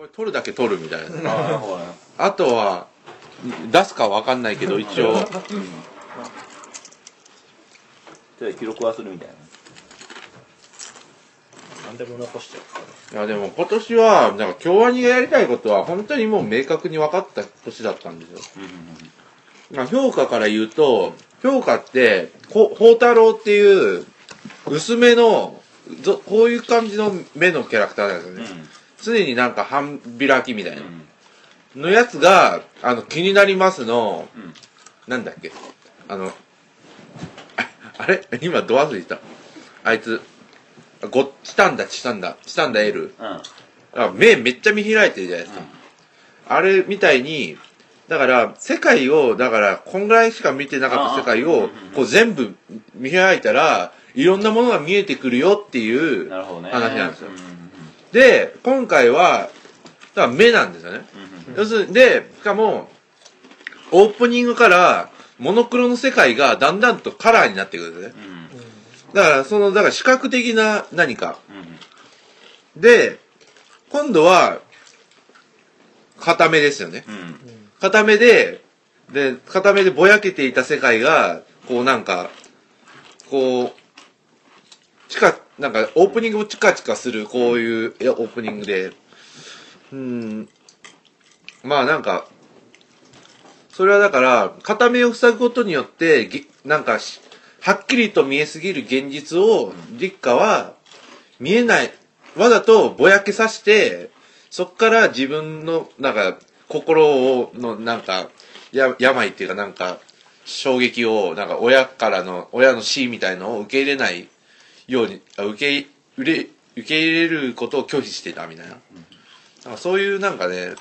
取るだけ取るみたいな。 なるほどね。 あとは出すかわかんないけど一応記録はするみたいな。 何でも残しちゃう。 いやでも今年はなんか京アニがやりたいことは本当にもう明確に分かった年だったんですよ。まあ評価から言うと、評価って宝太郎っていう薄めのこういう感じの目のキャラクターなんですよね。常になんか半開きみたいなのやつが気になりますの、なんだっけあれ今ド忘れした。あいつチタンダ L、目めっちゃ見開いてるじゃないですか、あれみたいにだから世界をだからこんぐらいしか見てなかった世界をこう全部見開いたらいろんなものが見えてくるよっていう話なんですよ。で今回はだから目なんですよね。要するにでしかもオープニングからモノクロの世界がだんだんとカラーになってくるんですね。だから視覚的な何か、で今度は片目ですよね、片目でぼやけていた世界がこうなんかこうなんかオープニングもチカチカするこういうオープニングでまあなんかそれはだから片目を塞ぐことによってなんかはっきりと見えすぎる現実を立花は見えないわざとぼやけさせてそっから自分のなんか心のなんか病っていうかなんか衝撃をなんか親の死みたいのを受け入れないように受け入れることを拒否してたみたいな、なんかそういうなんかね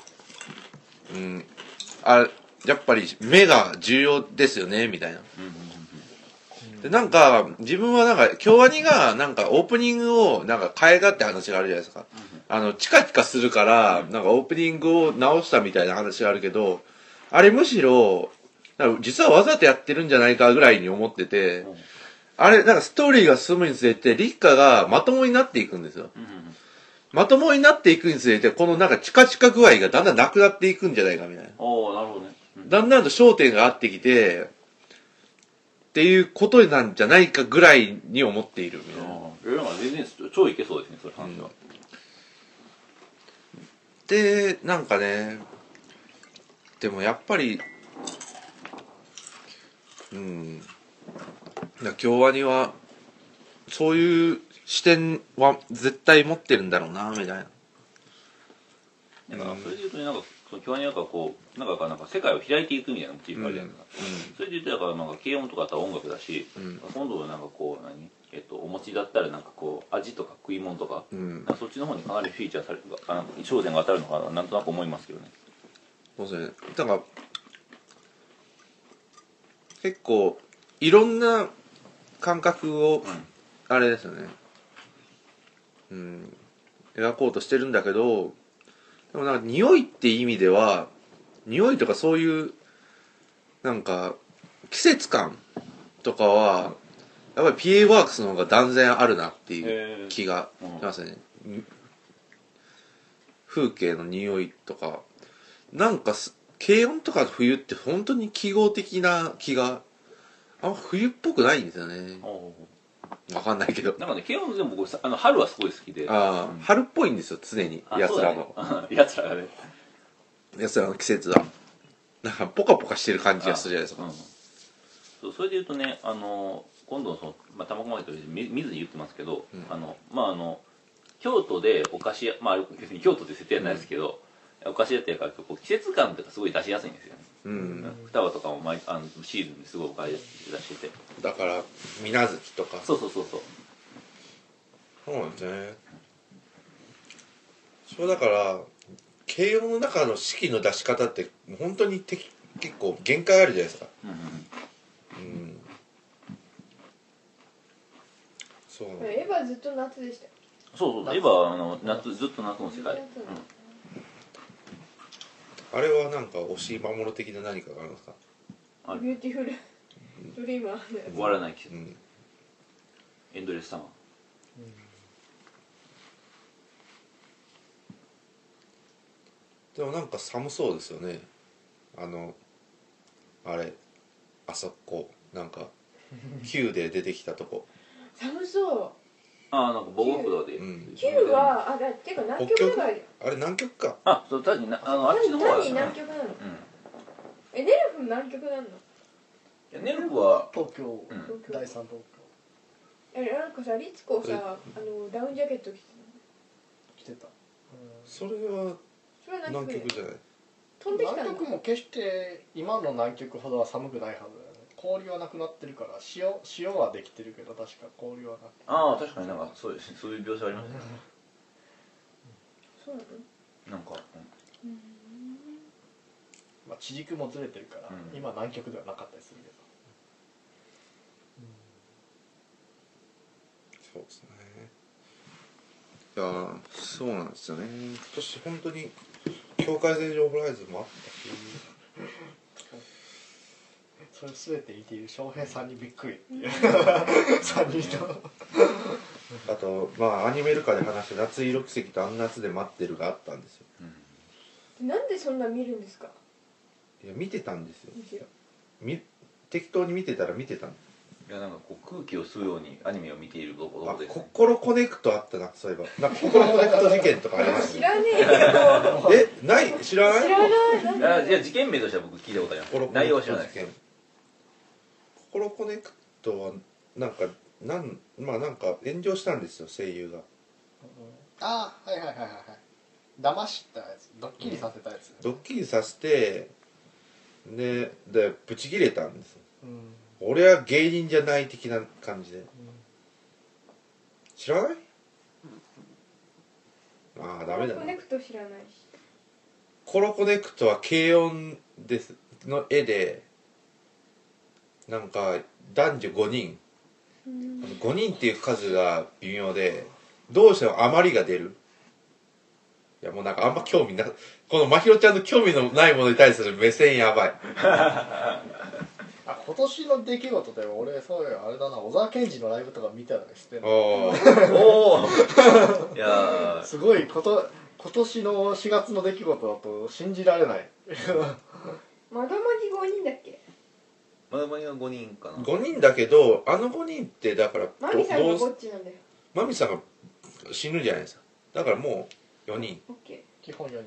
やっぱり目が重要ですよねみたいな。でなんか自分はなんか京アニがなんかオープニングをなんか変えたって話があるじゃないですか。チカチカするからなんかオープニングを直したみたいな話があるけど、あれむしろ実はわざとやってるんじゃないかぐらいに思ってて、あれなんかストーリーが進むにつれて立花がまともになっていくんですよ。まともになっていくにつれてこのなんかチカチカ具合がだんだんなくなっていくんじゃないかみたいな。 なるほどね。 だんだんと焦点が合ってきてっていうことなんじゃないかぐらいに思っているみたいな。 なんか全然超いけそうですね、それ話は。 でなんかねでもやっぱり京アニはそういう視点は絶対持ってるんだろうなみたいな。 なんかそれで言うとね、なんか京アニなんかこうなんか世界を開いていくみたいなモチーフがあるじゃないですか。それで言うとだからなんか軽音とかだったら音楽だし、今度はなんかこうお餅だったらなんかこう味とか食い物とか、なんかそっちの方にかなりフィーチャーされる焦点が当たるのかななんとなく思いますけどね。 そうですね。だから結構いろんな感覚を、あれですよね。描こうとしてるんだけど、でもなんか匂いって意味では匂いとかそういうなんか季節感とかはやっぱり PA ワークスの方が断然あるなっていう気がしますね。風景の匂いとかなんか軽音とか冬って本当に記号的な気があんま冬っぽくないんですよね。わかんないけどなんかね軽音でも僕春はすごい好きで、 春っぽいんですよ常に奴らの季節はなんかポカポカしてる感じがするじゃないですか。 それで言うとね今度玉駒と見ずに言ってますけど、京都でお菓子屋別に京都って設定はないですけど、お菓子屋ってやから季節感とかすごい出しやすいんですよね。双葉とかもシーズンですごいお菓子出してて、 だから水無月とかそうなんですね。そうだから軽音の中の式の出し方って本当に結構限界あるじゃないですか。 そうエヴァずっと夏でしたよ。 そうエヴァずっと夏の世界。 あれはなんか推し守的な何かがあるんですか。 ビューティフルドリーマー終わらない季節、エンドレスサマー。 でもなんか寒そうですよね。あれあそこなんかQ で出てきたとこ。 寒そう。 なんか防護服だで、 Q はてか南極だから。 あれ南極か。 そう単にあっちの方は単に南極なの。ネルフ南極なの。 ネルフは東京、第三東京。 なんかさリツコさダウンジャケット着てた。 それは南極じゃない。 飛んできた南極も決して今の南極ほどは寒くないはずだよね。氷はなくなってるから塩はできてるけど確か氷はなくて。 確かになんかそういう描写ありましたね。 そうなの？ なんかまあ地軸もずれてるから、今南極ではなかったりするけど。 そうですね。いやそうなんですよね。今年本当に境界線上ホライズンもあったし、 それ全て見ている翔平さんにびっくりっていう3人とあとまあアニメルカで話した夏色奇跡とあん夏で待ってるがあったんですよ。 なんでそんな見るんですか？ いや見てたんですよ。適当に見てたら見てたんです。 いやなんかこう空気を吸うようにアニメを見ているところです、ね。 心コネクトあったな、そういえば。なんか心コネクト事件とかありましたね。 知らねえよ。 ない知らない？ 知らない。 いや事件名としては僕聞いたことあります。内容は知らないです。 心コネクトはなんかまあなんか炎上したんですよ、声優が。 はいはいはいはい。騙したやつ、ドッキリさせたやつ。 ドッキリさせてでブチ切れたんですよ。俺は芸人じゃない的な感じで。知らない？ダメだな。 コネクト知らないし。 コロコネクトは軽音ですの絵で、なんか男女5人、5人っていう数が微妙で、どうしても余りが出る。いやもうなんかあんま興味なこのまひろちゃんの興味のないものに対する目線やばい。 今年の出来事で俺そういうあれだな、小沢健二のライブとか見たらしてんの。 おいやすごい今年の4月の出来事だと信じられない。 まどまぎ5人だっけ？ まだまだ5人かな。 5人だけど、あの5人ってだからマミさんがぼっちなんだよ。 マミさんが死ぬじゃないですか。だからもう4人。 オッケー。基本4人か。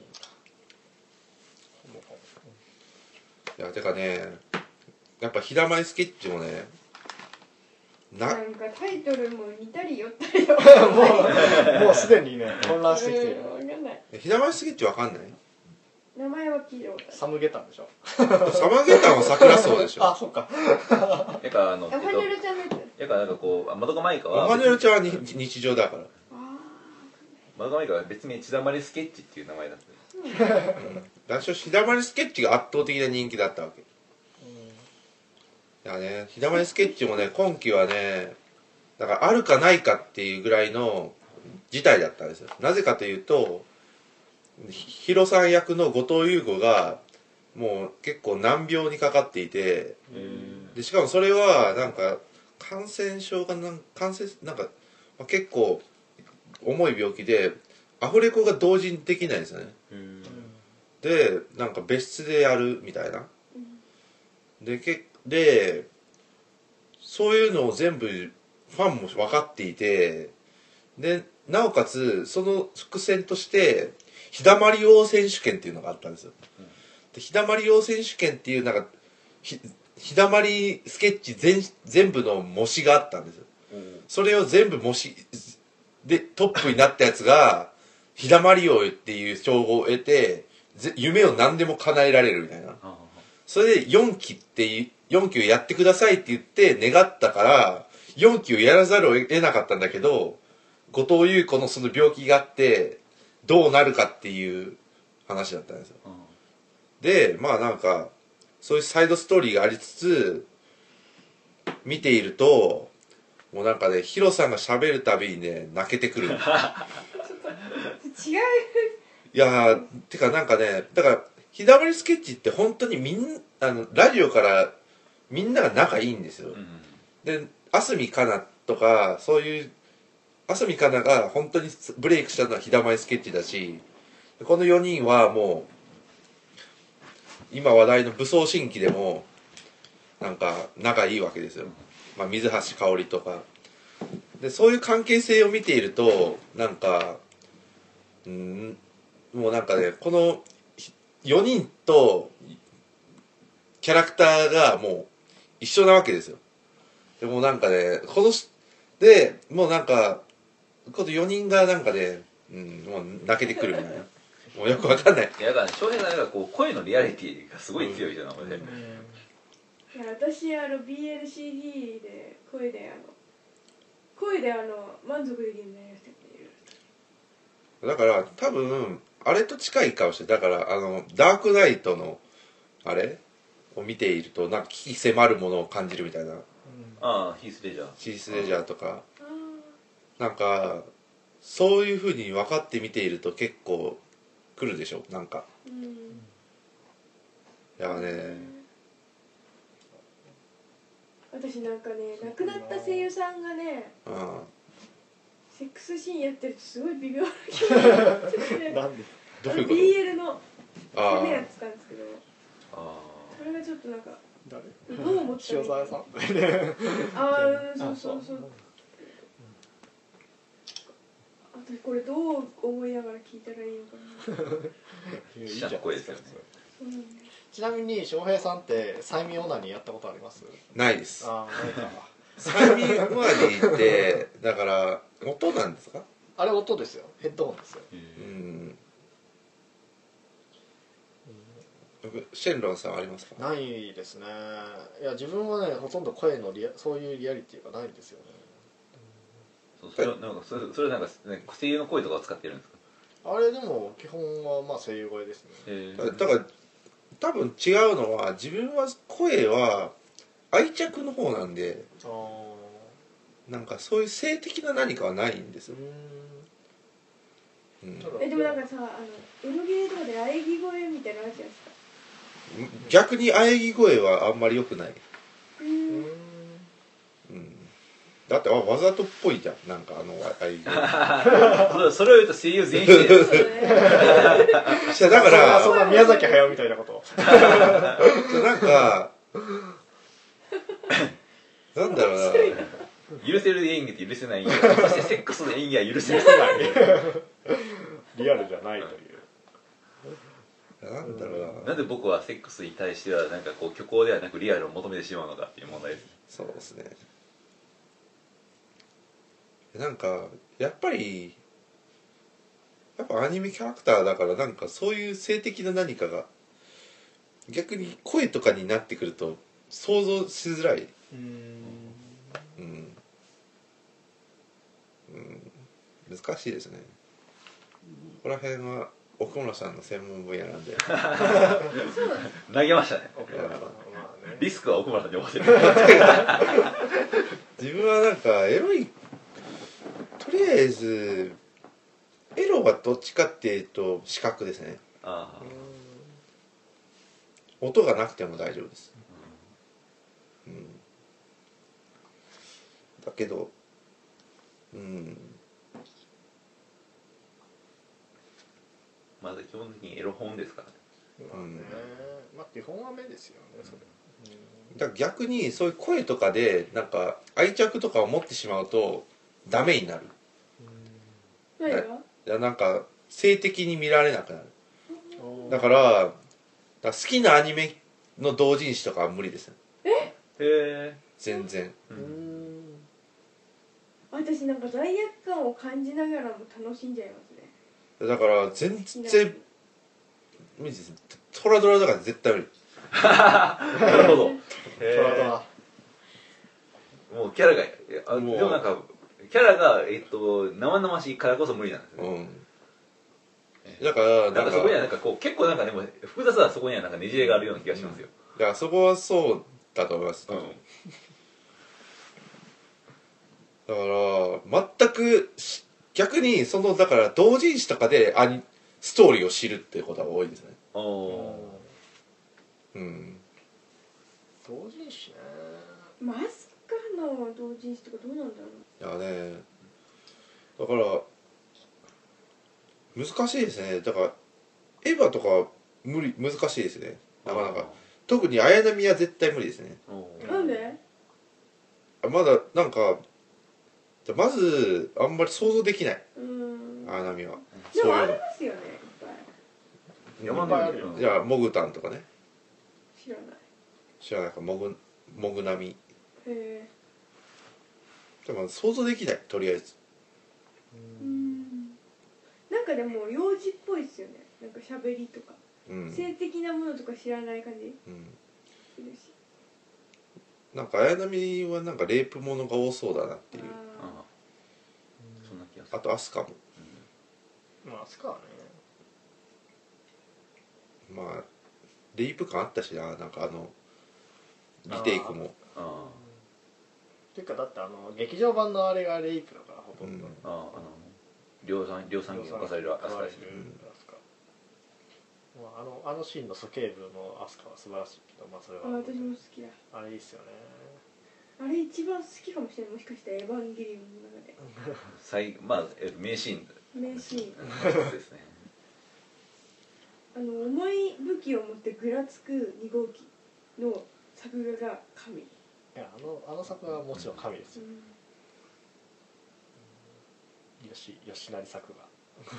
いやてかね、やっぱひだまりスケッチもね、 なんかタイトルも似たり寄ったりもうすでにね混乱してきてる。 わかんない。 ひだまりスケッチわかんない？ 名前は聞いたことある。 サムゲタンでしょ。 サマゲタンは桜草でしょ。 そうか。 やかおはにゃるちゃんのやつ。 やかなんかこうまどかマイカはおはにゃるちゃんは日常だから。 まどかマイカは別名血だまりスケッチっていう名前だった。 私ひだまりスケッチが圧倒的な人気だったわけ。いやね、ひだまりスケッチもね、今期はね、だからあるかないかっていうぐらいの事態だったんですよ。なぜかというと、ヒロさん役の後藤優吾がもう結構難病にかかっていて、でしかもそれはなんか感染症がなんか、結構重い病気でアフレコが同時にできないんですよね。でなんか別室でやるみたいな。でそういうのを全部ファンも分かっていて、でなおかつその伏線としてひだまり王選手権っていうのがあったんですよ。でひだまり王選手権っていうなんかひだまりスケッチ全部の模試があったんですよ。それを全部模試でトップになったやつがひだまり王っていう称号を得て夢を何でも叶えられるみたいな。それで4期やってくださいって言って願ったから4期をやらざるを得なかったんだけど、後藤優子のその病気があってどうなるかっていう話だったんですよ。でまあなんかそういうサイドストーリーがありつつ見ていると、もうなんかねヒロさんが喋るたびにね泣けてくる。 違う。 いやてかなんかね、だからひだまりスケッチって本当にラジオからみんなが仲いいんですよ。で安住かなとかそういう安住かなが本当にブレイクしたのはひだまりスケッチだし、この4人はも今話題の武装新規でもなんか仲いいわけですよ、まあ、水橋かおりとかで、そういう関係性を見ているとなんかもうなんかね、この4人とキャラクターがもう一緒なわけですよ。でもなんかね、でもうなんかこの4人がなんかね、もう泣けてくるみたいなもうよくわかんない。 いやだから翔平さんがこう声のリアリティがすごい強いじゃん、これ。 いや私BLCD で声で満足できるんじゃないですか。 だから多分あれと近いかもしれない。だからダークナイトのあれを見ているとなんか危機迫るものを感じるみたいな。 ああ、ヒース・レジャー。 シースレジャーとかなんかそういう風に分かって見ていると結構来るでしょ、なんか。いやね、 私なんかね、亡くなった声優さんがね、セックスシーンやってるとすごい微妙な気持ちになっててなんでどういうこと？ BL の攻めやってたんですけど、それがちょっとなんか誰？ どう思ったの？ 塩沢さんそう私これどう思いながら聞いたらいいのかな。 いいじゃない声ですよね。 ちなみに翔平さんって催眠オナニーやったことあります？ ないです。 ないか。 催眠オナニーってだから音なんですか？ あれ音ですよ、ヘッドホンですよ。 シェンロンさんありますか？ ないですね。いや自分はね、ほとんど声のそういうリアリティがないんですよね。 それなんか声優の声とかを使ってるんですか？ あれでも基本はまあ声優声ですね。 だから多分違うのは自分は声は愛着の方なんで、なんかそういう性的な何かはないんですよ。 でもなんかさ、エロゲーとかで喘ぎ声みたいなのあるじゃないですか。 逆に喘ぎ声はあんまり良くない。だってわざとっぽいじゃん、なんか喘ぎ声それを言うと声優全員してる。 だからそんな宮崎駿みたいなことなんかなんだろうな、 許せる演技と許せない演技、そしてセックスの演技は許せないリアルじゃないという。 なんだろうな、 なんで僕はセックスに対してはなんかこう虚構ではなくリアルを求めてしまうのかっていう問題です。 そうですね。なんかやっぱアニメキャラクターだからなんかそういう性的な何かが逆に声とかになってくると想像しづらい。難しいですね。ここら辺は奥村さんの専門分野なんで投げましたね。リスクは奥村さんに負わせる。 自分はなんかエロい、とりあえずエロはどっちかっていうと視覚ですね。音がなくても大丈夫です。だけどまだ基本的にエロ本ですからね。 まあ基本は目ですよね、それ。 だから逆にそういう声とかでなんか愛着とかを持ってしまうとダメになる。 何が？ いやなんか性的に見られなくなる。だから好きなアニメの同人誌とかは無理ですよ。全然。 私なんか罪悪感を感じながらも楽しんじゃいますね。 だから全然無理です。トラドラだから絶対無理。 なるほど。 トラドラ。 もうキャラがでもなんかキャラが生々しいからこそ無理なんですね。 だからなんかそこにはなんかこう結構なんかでも複雑なそこにはなんかねじれがあるような気がしますよ。 だからそこはそうだと思います。だから全く逆にだから同人誌とかでストーリーを知るっていうことが多いですね。 同人誌ね。 マスカの同人誌とかどうなんだろう。 いやね、だから難しいですね。だからエヴァとか難しいですね。 なかなか。特に綾波は絶対無理ですね。 なんで？ まだなんかまずあんまり想像できない。綾波は。 でもありますよね、いっぱい。 山のあるよ。 じゃあモグタンとかね。 知らない。 知らないか、モグナミ。 へえ。 でも想像できない、とりあえず。 なんかでも幼児っぽいですよね。なんか喋りとか、 うん、 性的なものとか知らない感じするし。 なんか綾波はなんかレイプものが多そうだなっていう。 そんな気がする。 あとアスカも。 まあアスカはね。 まあレイプ感あったしな、なんかリテイクも。 ていうかだって劇場版のあれがレイプだからほとんど。 量産機に侵されるアスカですね。 あのシーンの鼠径部のアスカは素晴らしいけど、まあそれは私も好きだ。 あれいいっすよね。 あれ一番好きかもしれない。もしかしたらエヴァンゲリオンの中でまあ名シーン名シーンですね。 重い武器を持ってぐらつく2号機の作画が神。いやあの作画はもちろん神ですよ。吉成作画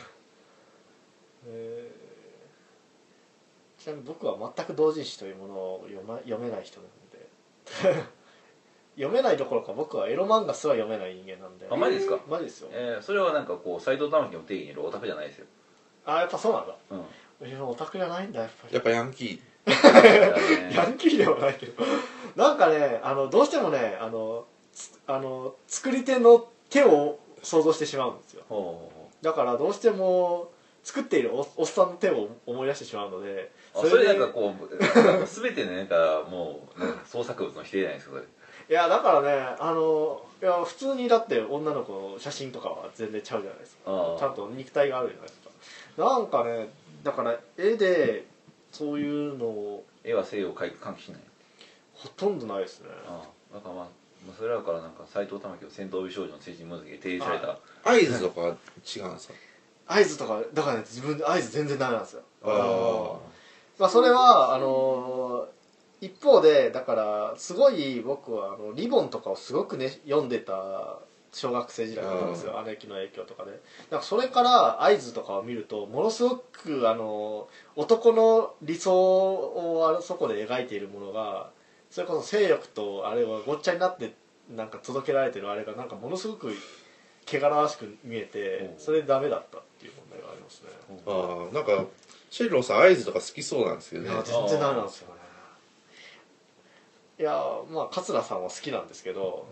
ちなみに僕は全く同人誌というものを読めない人なので読めないどころか僕はエロ漫画すら読めない人間なんで。 マジですか？ マジですよ。 それはなんかこう斎藤玉樹の定義にいるオタクじゃないですよ。 やっぱそうなんだ。オタクじゃないんだやっぱり。 やっぱヤンキーヤンキーではないけどなんかねどうしてもね作り手の手を想像してしまうんですよ。だからどうしても作っているおっさんの手を思い出してしまうので、 それなんかこう全てねなんかもう創作物の否定じゃないですかそれ。 いやだからねいや普通にだって女の子の写真とかは全然ちゃうじゃないですか。ちゃんと肉体があるじゃないですか。なんかねだから絵でそういうのを絵は西洋回帰しない。 ほとんどないですね。 だからまあそれだからなんか斎藤玉樹の戦闘美少女の成人分析で提示された合図とか違うんですか？ 合図とかだからね自分で合図全然ダメなんですよ。まあそれは一方でだからすごい僕はリボンとかをすごくね読んでた小学生時代だったんですよ。姉貴の影響とかで。だからそれから合図とかを見るとものすごく男の理想をそこで描いているものがそれこそ性欲とあれはごっちゃになってなんか届けられてるあれがなんかものすごく汚らしく見えてそれでダメだったっていう問題がありますね。 なんかシェリロンさん合図とか好きそうなんですけどね。 全然ダメなんですよね。いやまあ桂さんは好きなんですけど、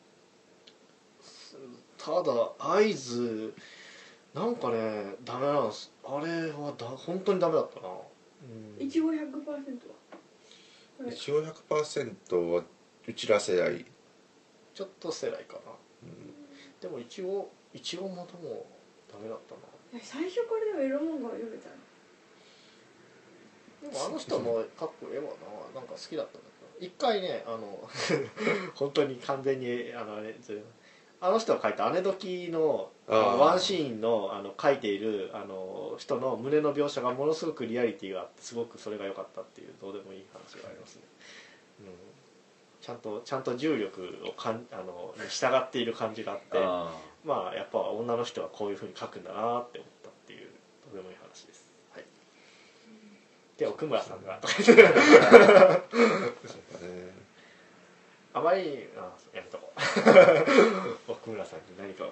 ただ合図なんかねダメなんです。あれは本当にダメだったな。 いちご 100% は。 いちご 100% はうちら世代ちょっと世代かな。でもいちごもでもダメだったな。 最初からでもエロ漫画を読めたの。 でも人もかっこ絵はなんか好きだったんだけど一回ね本当に完全にあの人が描いた姉時のワンシーンの描いている人の胸の描写がものすごくリアリティがあってすごくそれが良かったっていうどうでもいい話がありますね。ちゃんと重力をに従っている感じがあってまあやっぱ女の人はこういう風に描くんだなって思ったっていうどうでもいい話です。はい。で奥村さんがあまりやめとこう奥村さんに何か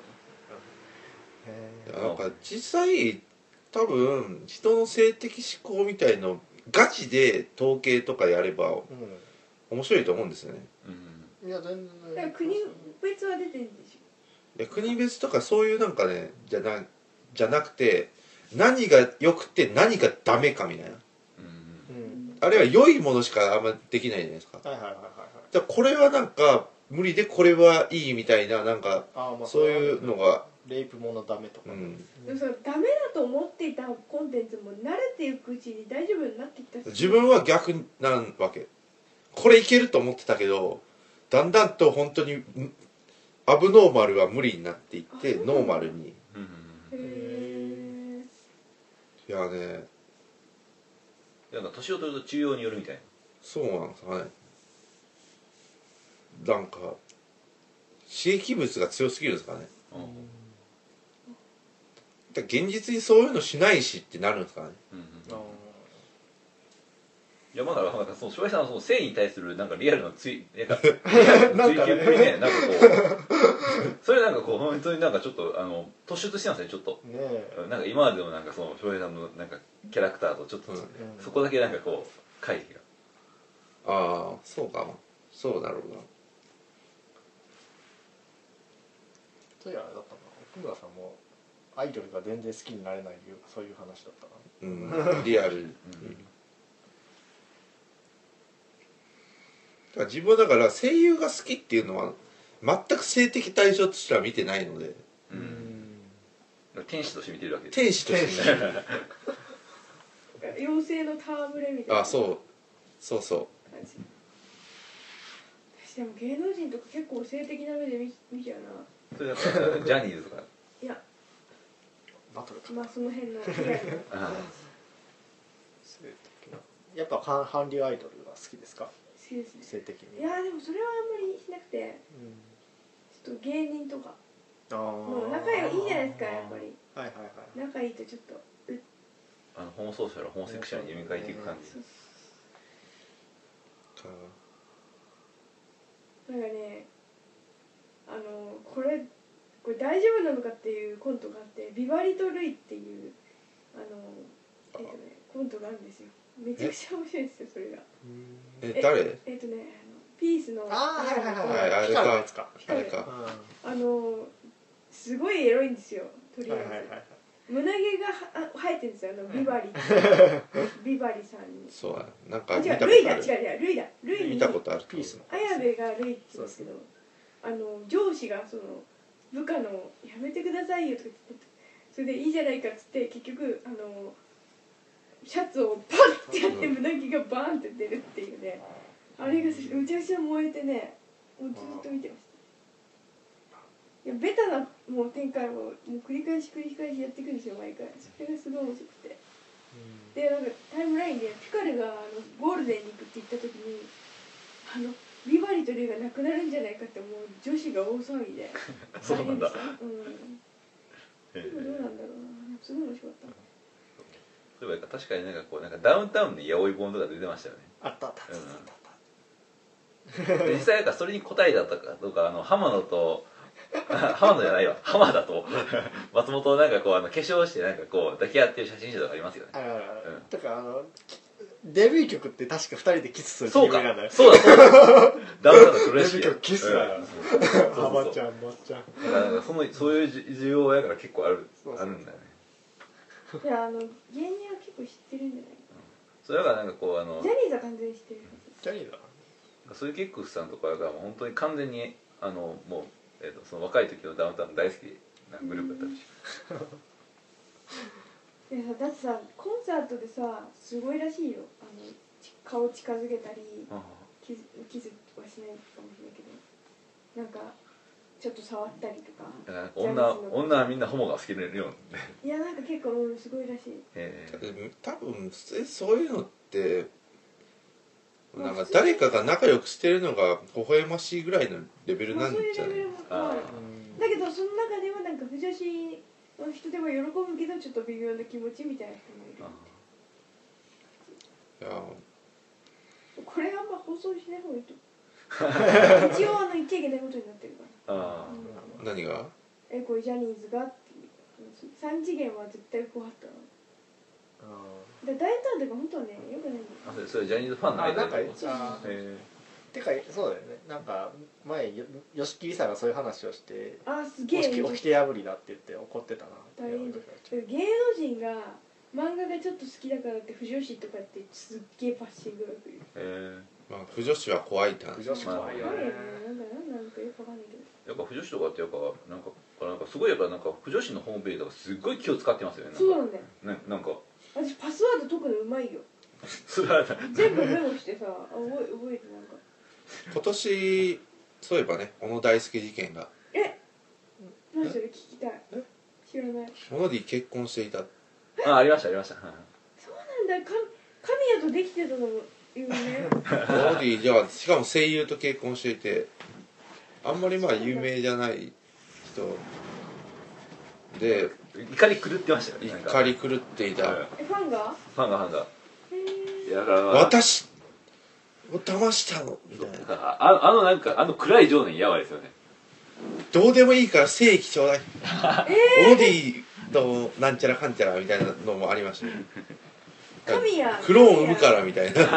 なんか実際多分人の性的思考みたいのガチで統計とかやれば面白いと思うんですよね。 いや全然だから国別は出てるんでしょ。 いや国別とかそういうなんかねじゃなくて何が良くて何がダメかみたいな、あれは良いものしかあんまできないじゃないですか。だからこれはなんか無理でこれはいいみたいななんかそういうのがレイプものダメとか、 でもそのダメだと思っていたコンテンツも慣れていくうちに大丈夫になってきたし、 自分は逆なわけ。これいけると思ってたけどだんだんと本当にアブノーマルは無理になっていってノーマルに。 へいやねなんか年を取ると中庸によるみたいな。 そうなんですかね。なんか刺激物が強すぎるんですかね。だから現実にそういうのしないしってなるんですかね。 いやまだなんかその翔平さんのその性に対するなんかリアルな追求っぷりね、なんかこうそれなんかこう本当になんかちょっと突出してますねちょっと。なんか今までのなんかその翔平さんのなんかキャラクターとちょっとそこだけなんかこう乖離が。 ああそうかも。そうだろうな。 そういやあれだったな、奥村さんもアイドルが全然好きになれない理由がそういう話だったな。 リアル、だから自分はだから声優が好きっていうのは全く性的対象としては見てないので、 天使として見てるわけです。 天使として見てる妖精の戯れみたいな。 あ、そう感じ。私でも芸能人とか結構性的な目で見ちゃうな。 それだからジャニーズとか。 いやバトルか。 まあその辺のリアルな性的な。やっぱ韓流アイドルが好きですか？ 好きですね。 性的に。 いやでもそれはあんまりしなくて、ちょっと芸人とかもう仲いいじゃないですかやっぱり。 はいはいはい。 仲いいとちょっとホモソーシャルホモセクシャルに読み替えていく感じ。 なんかね、これ大丈夫なのかっていうコントがあって、ビバリとルイっていうコントがあるんですよ。めちゃくちゃ面白いですよそれが。 誰？ ピースのああれかあれか。 すごいエロいんですよ。とりあえず。胸毛が生えてるんですよビバリビバリさんに。 そうだなんか見たことある。ルイだルイに見たことある。 ピースの綾部がルイって言うんですけど、上司がその部下の「やめてくださいよ」とか言って、それでいいじゃないかっつって結局シャツをパッてやって胸毛がバーンって出るっていうね、あれがめちゃくちゃ燃えてね、もうずっと見てました。いやベタなもう展開をもう繰り返しやっていくんですよ毎回。それがすごい面白くて、でなんかタイムラインでピカルがゴールデンに行くって言った時にビバリとルイがなくなるんじゃないかって思う女子が大騒ぎでそうなんだ。 でもどうなんだろうな、すごい面白かった。 そういえば確かになんかこうなんかダウンタウンで八百い本とか出てましたよね。 あった。 実際なんかそれに答えだったかとか浜野じゃないわ浜田と松本なんかこう化粧してなんかこう抱き合ってる写真集とかありますよね。 とかデビュー曲って確か2人でキスするそうかなんだよ。 そうだダウンタウンのクラシックデビュー曲キスだよ。浜ちゃんまっちゃん。 だからそういう需要やから結構あるんだよね。 いや芸人は結構知ってるんじゃないかな。 それだからなんかこうジャニーズは完全に知ってるはず。 ジャニーズだ。 そういうケックスさんとかが本当に完全にもう、その若い時のダウンタウン大好きなグループだったらしい。 だってさコンサートでさすごいらしいよ。顔近づけたりキスはしないかもしれないけど、なんかちょっと触ったりとか。 だから女はみんなホモが好きなよういやなんか結構すごいらしい。 多分普通にそういうのってなんか誰かが仲良くしてるのが微笑ましいぐらいのレベルなんじゃない？ だけどその中ではなんか不女子の人でも喜ぶけどちょっと微妙な気持ちみたいな人もいる。 いやこれあんま放送しない方がいいと思う。一応言っちゃいけないことになってるから。 何が？ これジャニーズがっていう3次元は絶対こうあったの。大胆とか本当はねよくないんだよ。 それジャニーズファンの間で。 てかそうだよね。なんか前吉木りさがそういう話をして、 すげえ掟破りだって言って怒ってたな。 大変だ。芸能人が漫画がちょっと好きだからって不女子とかってすっげえパッシングが来る。 まあ不女子は怖いって話。 不女子怖いよね。 なんかよくわかんないけど。 やっぱ不女子とかってやっぱなんかすごいやっぱなんか不女子のホームページとかすっごい気を使ってますよね。 そうなんだよ。 なんか私パスワード解くのうまいよ。 それは全部メモしてさ覚えてなんか。 今年そういえばね小野大輔事件が。 何それ聞きたい。知らない。 小野で結婚していた。 ありました。 そうなんだ。神谷とできてたのも有名。 オーディじゃあしかも声優と結婚していて、あんまりまあ有名じゃない人で怒り狂ってましたよね。 怒り狂っていた、 ファンが？ ファンがいやだから私を騙したのみたいな、 なんか暗い情念やばいですよね。 どうでもいいから正規ちょうだい、オーディのなんちゃらかんちゃらみたいなのもありましたね。 神谷クローン産むからみたいな。 神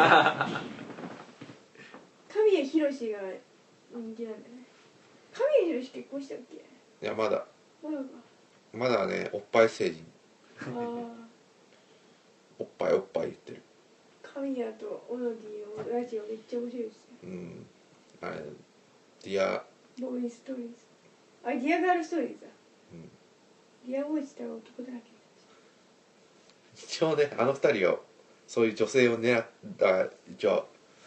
谷博史が人気なんだよね。神谷博史結婚したっけ？ いやまだまだか。 まだね、おっぱい成人、 あおっぱいおっぱい言ってる。 神谷とオノディのラジオめっちゃ面白いですよ。 あれディアボーイストーリーズ。あ、ディアガールストーリーズだ。ディアボーイズって男だらけ。 一応ね、あの二人はそういう女性を狙った一応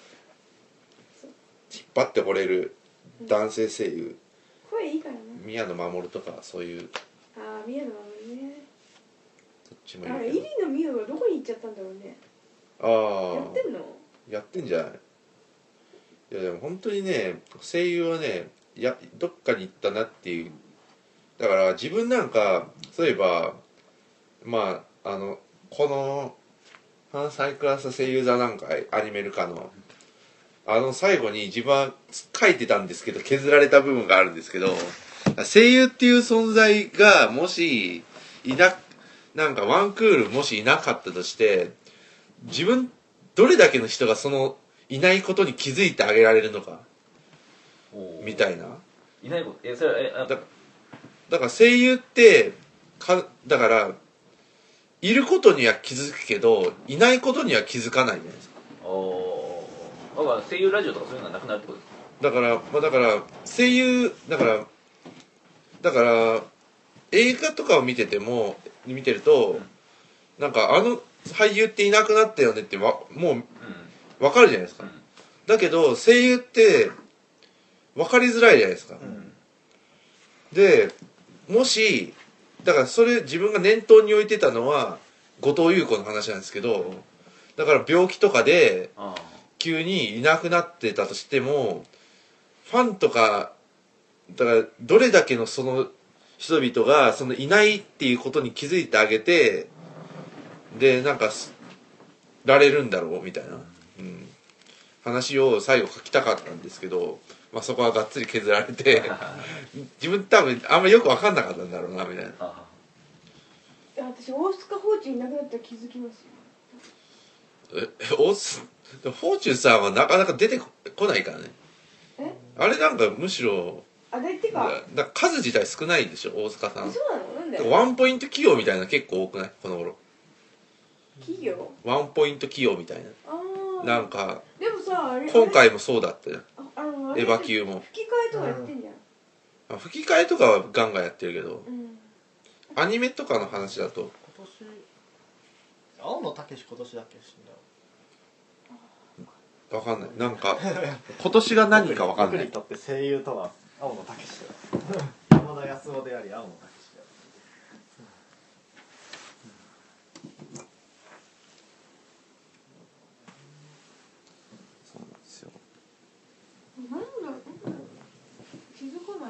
引っ張ってこれる男性声優、 声いいからな。 宮野真守とかそういうああ、宮野真守ね。 どっちもいあれ、 るけど、 イリのミュウはどこに行っちゃったんだろうね。 あやってんの？ やってんじゃない。いやでも本当にね、声優はね、どっかに行ったなっていう。だから自分なんかそういえばまあこの「関西クラス声優座談会」アニメルカの最後に自分は書いてたんですけど削られた部分があるんですけど、声優っていう存在がもしなんかワンクールもしいなかったとして、自分どれだけの人がそのいないことに気づいてあげられるのかみたいな。 いないこと、それはだから声優ってだからいることには気づくけどいないことには気づかないじゃないですか。 だから声優ラジオとかそういうのがなくなるってことですか。 だから声優だから映画とかを見てると、なんか俳優っていなくなったよねってもう分かるじゃないですか。だけど声優って分かりづらいじゃないですか。でもしだからそれ自分が念頭に置いてたのは後藤優子の話なんですけど、だから病気とかで急にいなくなってたとしてもファンとかだからどれだけのその人々がそのいないっていうことに気づいてあげて、でなんかられるんだろうみたいな、話を最後書きたかったんですけど、まあ、そこはがっつり削られて自分多分あんまよく分かんなかったんだろうなみたいな。 私大塚芳忠いなくなったら気づきますよ。 フォーチュンさんはなかなか出てこないからね。あれなんかむしろだ数自体少ないでしょ大塚さん。 そうなの？なんで？ ワンポイント企業みたいな結構多くないこの頃。 企業？ ワンポイント企業みたいな。なんかでもさ、 今回もそうだったよ。エヴァ級も吹き替えとかやってんじゃん。 吹き替えとかはガンガンやってるけど、アニメとかの話だと今年青野武今年だっけ死んだ。 分かんない。なんか今年が何か分かんない。 僕にとって声優とは青野武だよ。山田康夫であり青野武だよ。 そうなんですよ。 なんだ気づかない。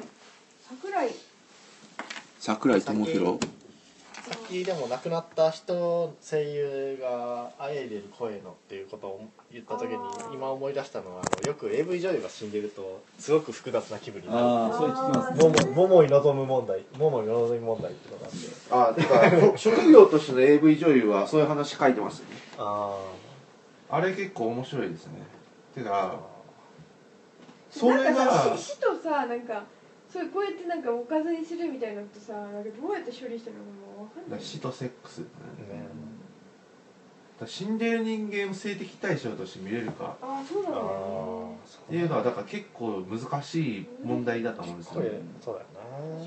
桜井智弘。 さっきでも亡くなった人声優があえいでる声のっていうことを言った時に今思い出したのはよく AV 女優が死んでるとすごく複雑な気分になる。 それ聞きますね。 桃井望む問題っていうのがあって。 てか職業としての AV 女優はそういう話書いてますよね。あれ結構面白いですね。てかそれが死とさ、なんかそうこうやってなんかおかずにするみたいなのってさ、なんかどうやって処理してるのかもわかんない。 死とセックスってね。死んでいる人間を性的対象として見れるかそうだねっていうのはだから結構難しい問題だと思うんですよね。 そうだよね。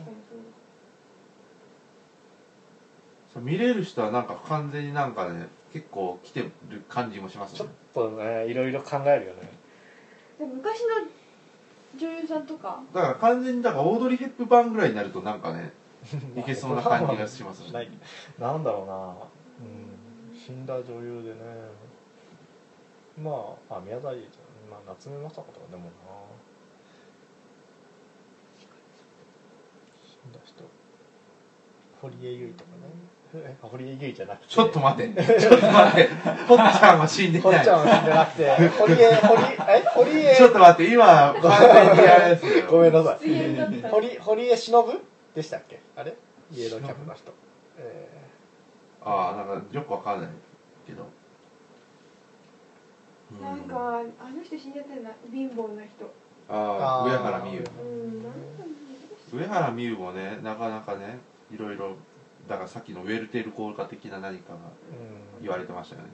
見れる人はなんか完全になんかね結構来てる感じもしますね。 ちょっとねいろいろ考えるよね。 で昔の女優さんとかだから完全にだからオードリー・ヘップバーンぐらいになるとなんかねいけそうな感じがしますね。 なんだろうな、死んだ女優でねまあ宮台、まあ、夏目雅子とかでもな、死んだ人、堀江由衣とかね、堀江由衣じゃなくて、 ちょっと待って、ちょっと待って、ほっちゃんは死んでない。 ほっちゃんは死んでなくて、堀江ちょっと待って、今完全にあれですよ。 ごめんなさい。 失言だった堀江忍でしたっけ、あれイエローキャップの人。 ああ、なんかよくわかんないけど。 なんかあの人死んじゃったよな、貧乏な人。 ああ、上原美優。 なんか上原美優もね、なかなかね、いろいろ、だからさっきのウェルテル効果的な何かが言われてましたよね。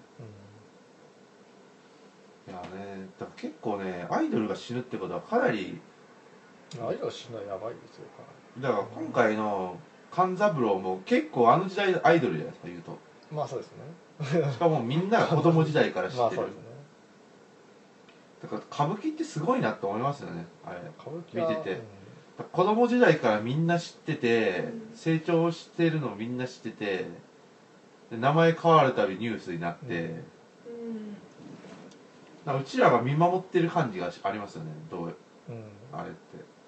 いやね、だから結構ね、アイドルが死ぬってことはかなり、 アイドル死ぬのはやばいですよ。 だから今回の勘三郎も結構あの時代アイドルじゃないですか、言うと。 まあそうですね。 しかもみんなが子供時代から知ってる。 まあそうですね。 だから歌舞伎ってすごいなって思いますよね、あれ歌舞伎は見てて。子供時代からみんな知ってて、成長してるのをみんな知ってて、で名前変わるたびニュースになって、なんかうちらが見守ってる感じがありますよね、あれって。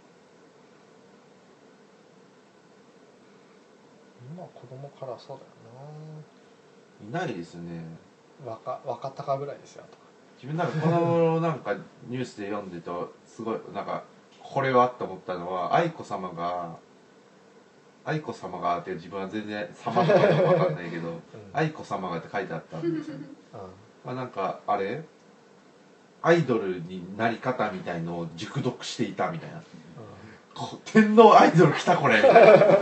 今子供からそうだよいないですね。 な。若隆ぐらいですよ。 自分なんかこのなんかニュースで読んでるとすごいなんかこれはと思ったのは、愛子様がって自分は全然様とかでも分かんないけど、愛子様がって書いてあったんですよ。まあなんかあれアイドルになり方みたいのを熟読していたみたいな、天皇アイドル来たこれみたいな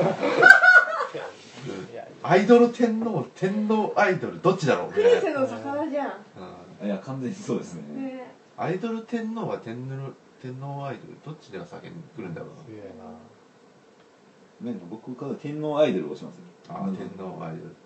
アイドル天皇アイドルどっちだろうみクたいな。 リスの魚じゃん。 いや完全にそうですね。 アイドル天皇は天皇アイドルどっちでが先に来るんだろうな。 すげえなんか僕から天皇アイドルをしますよ。 ああ、天皇アイドル。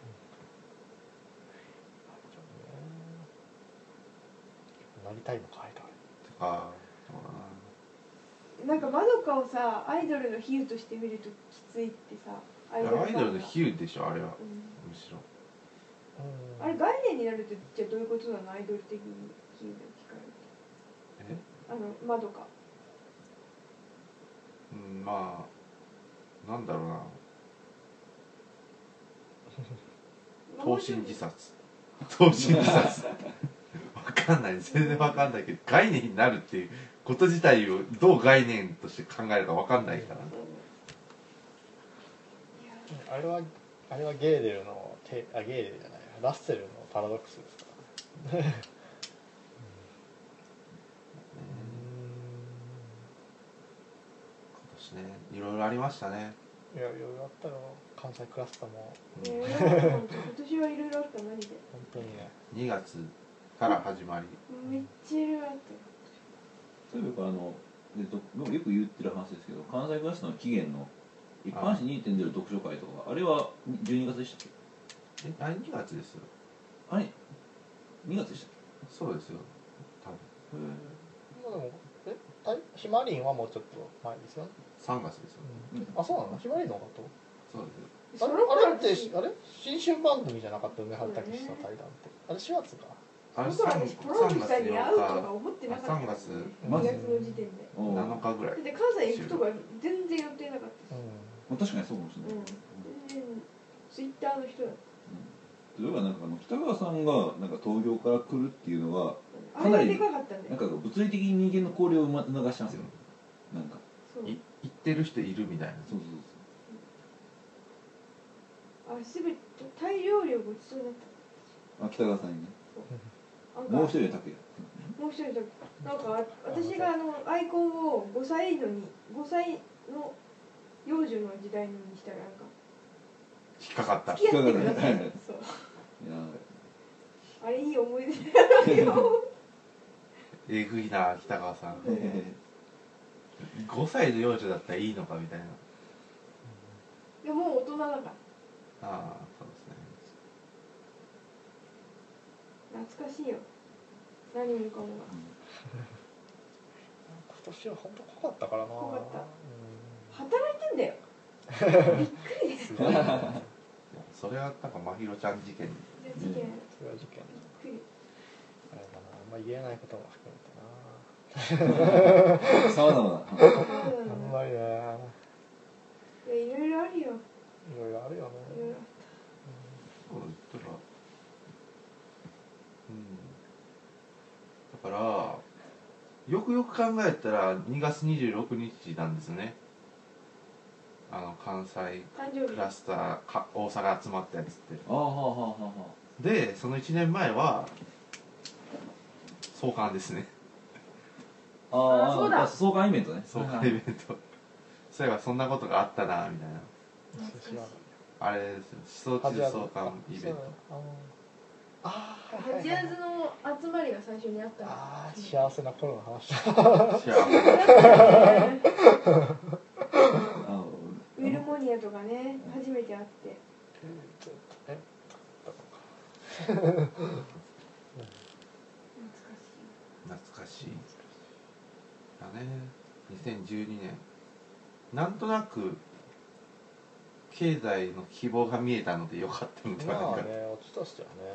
なりたいのかアイドル。 ああ、 うん。なんかまどかをさ、アイドルの比喩として見るときついってさ、 アイドルの比喩でしょあれは、むしろ。 あれ概念になるとじゃあどういうことなの、アイドル的に比喩で聞かれると。まどか。 まあなんだろうな。投身自殺。わかんない、全然わかんないけど、概念になるっていうこと自体をどう概念として考えるかわかんないから。 あれはゲーデルのゲーデルじゃない、ラッセルのパラドックスですからね。 今年ね、いろいろありましたね。 いや、いろいろあったよ。関西クラスターも。 今年はいろいろあった、マジで。 本当にね。 2月から始まり。 めっちゃいろいろあった。 そういえばよく言ってる話ですけど、関西クラスの期限の一般紙 2.0 読書会とか、あれは12月でしたっけ？ あれ2月ですよ。 あれ2月でしたっけ？ そうですよ、多分。 ひまりんはもうちょっと前ですよね。 3月ですよ。 あ、そうなの？ひまりんのこと？ そうですよ。 あれって新春番組じゃなかった梅原武史の対談って。あれ4月か。 あれ 3月に会うとか思ってなかった。 3月 2月の時点で 7日ぐらいで関西行くとか全然予定なかったし、 確かにそうかもしれない。 全然ツイッターの人だった。 例えばなんか北川さんがなんか東京から来るっていうのはかなりでかかったんで、 なんか物理的に人間の交流を促してますよ。なんか行ってる人いるみたいな。 そうあ、すべてタイ料理をごちそうになった。 北川さんにね。もう一人で拓也。 もう一人だ。なんか私がアイコンを5歳の幼女の時代にしたらなんか引っかかった。 付き合ってください。そう。あれいい思い出だよ。 えぐいな北川さん。5歳の幼女だったらいいのかみたいな。 でももう大人だから。 ああ、そうですね。 懐かしいよ。何もかもが。 今年は本当濃かったからな。 濃かった。働いてんだよ。びっくりです。 それはなんかまひろちゃん事件。 事件。 それは事件。 びっくり。 あれだな、あんま言えないことも含めてな。 さまざまなあんまりね、 いろいろあるよ。 いろいろあるよね。 いろいろそう言ったらだからよくよく考えたら2月26日なんですね。関西誕生日。 クラスターか大阪集まったやつって。 ああはあはあはあ。 でその1年前は創刊ですね。 ああ、 そうだ創刊イベントね。 創刊イベント。そういえばそんなことがあったなみたいな。あれですよ、思想中創刊イベント。 ああ、 ハチヤズの集まりが最初にあったの。 ああ、幸せな頃の話だ。 幸せウィルモニアとかね、初めて会って。 懐かしいだね。2012年なんとなく経済の希望が見えたのでよかったのではないか。 まあね、落ちとしてはね、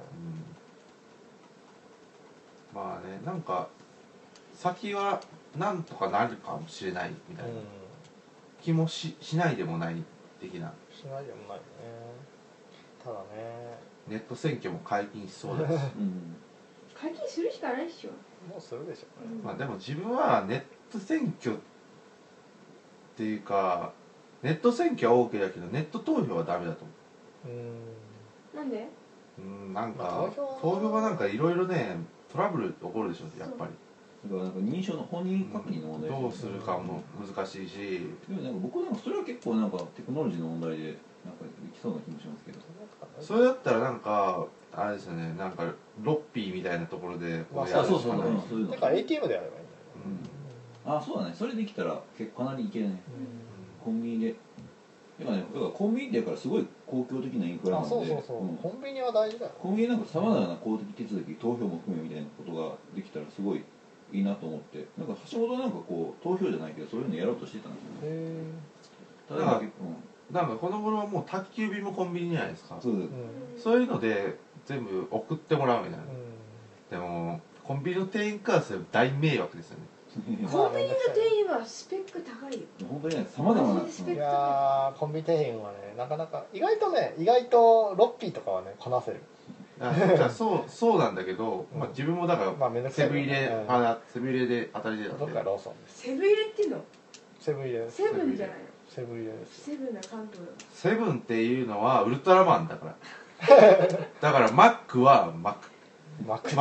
まあね、なんか先はなんとかなるかもしれないみたいな気も しないでもない的な。 しないでもないね。ただね、 ネット選挙も解禁しそうだし、 解禁するしかないっしょ。 もうするでしょうね。 まあでも自分はネット選挙っていうかネット選挙は OK だけどネット投票はダメだと思う。 なんで？ なんか、 まあ投票がなんかいろいろねトラブル起こるでしょやっぱり。 だからなんか認証の本人確認の問題、 どうするかも難しいし、 でもなんか僕なんかそれは結構なんかテクノロジーの問題でなんかいきそうな気もしますけど。 それだったらなんかあれですよね、なんかロッピーみたいなところでこうやるしかない。 そういうの。 だから ATM でやればいいんだよね。 あ、そうだね。それできたら結構かなりいけるね。コンビニで。だからね、だからコンビニってやからすごい公共的なインフラなので。 そうそうそう、コンビニは大事だよ。 コンビニなんかさまざまな公的手続き、投票も含めみたいなことができたらすごいいいなと思って、なんか橋本なんかこう投票じゃないけどそういうのやろうとしてたんですよ。ただ結構なんかこの頃はもう宅急便もコンビニじゃないですか。 そうそういうので全部送ってもらうみたいな。でもコンビニの店員からすれば大迷惑ですよね。 コンビニの店員はスペック高いよ。 本当にね、さまざまな。 マジでスペッいク高やー、コンビニ店員はね、なかなか意外とロッピーとかはねこなせる。 じゃあそうなんだけど、まあ自分もだからまあめんどくさいセブン入れセブン入れで当たりでたんどっで。 かローソンです。 い。セブン入れっていうの？ セブン入れです。 セブンじゃないの？ セブン入れです。 セブンな関東だ。 セブンっていうのはウルトラマンだから。だからマックはマク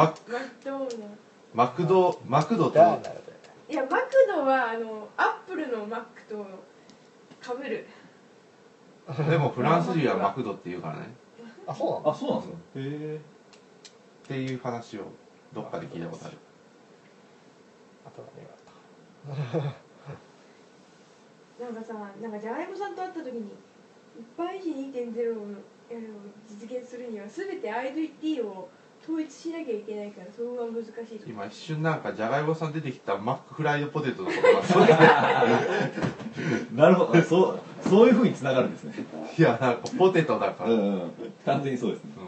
ドといや、マクドはアップルのマックとかぶる。 でもフランス人はマクドって言うからね。 あ、そうなんだ。 あ、そうなんですか。へえ。 っていう話をどっかで聞いたことある。 あと何があった。 なんかさ、なんかジャガイモさんと会った時に一般医師 2.0 を実現するには全て IDT を統一しなきゃいけないから、それは難しいと。 今一瞬なんかジャガイモさん出てきたマックフライドポテトのことがなるほど、そういう風に繋がるんですね。 いやなんかポテトだから、 完全にそうですね。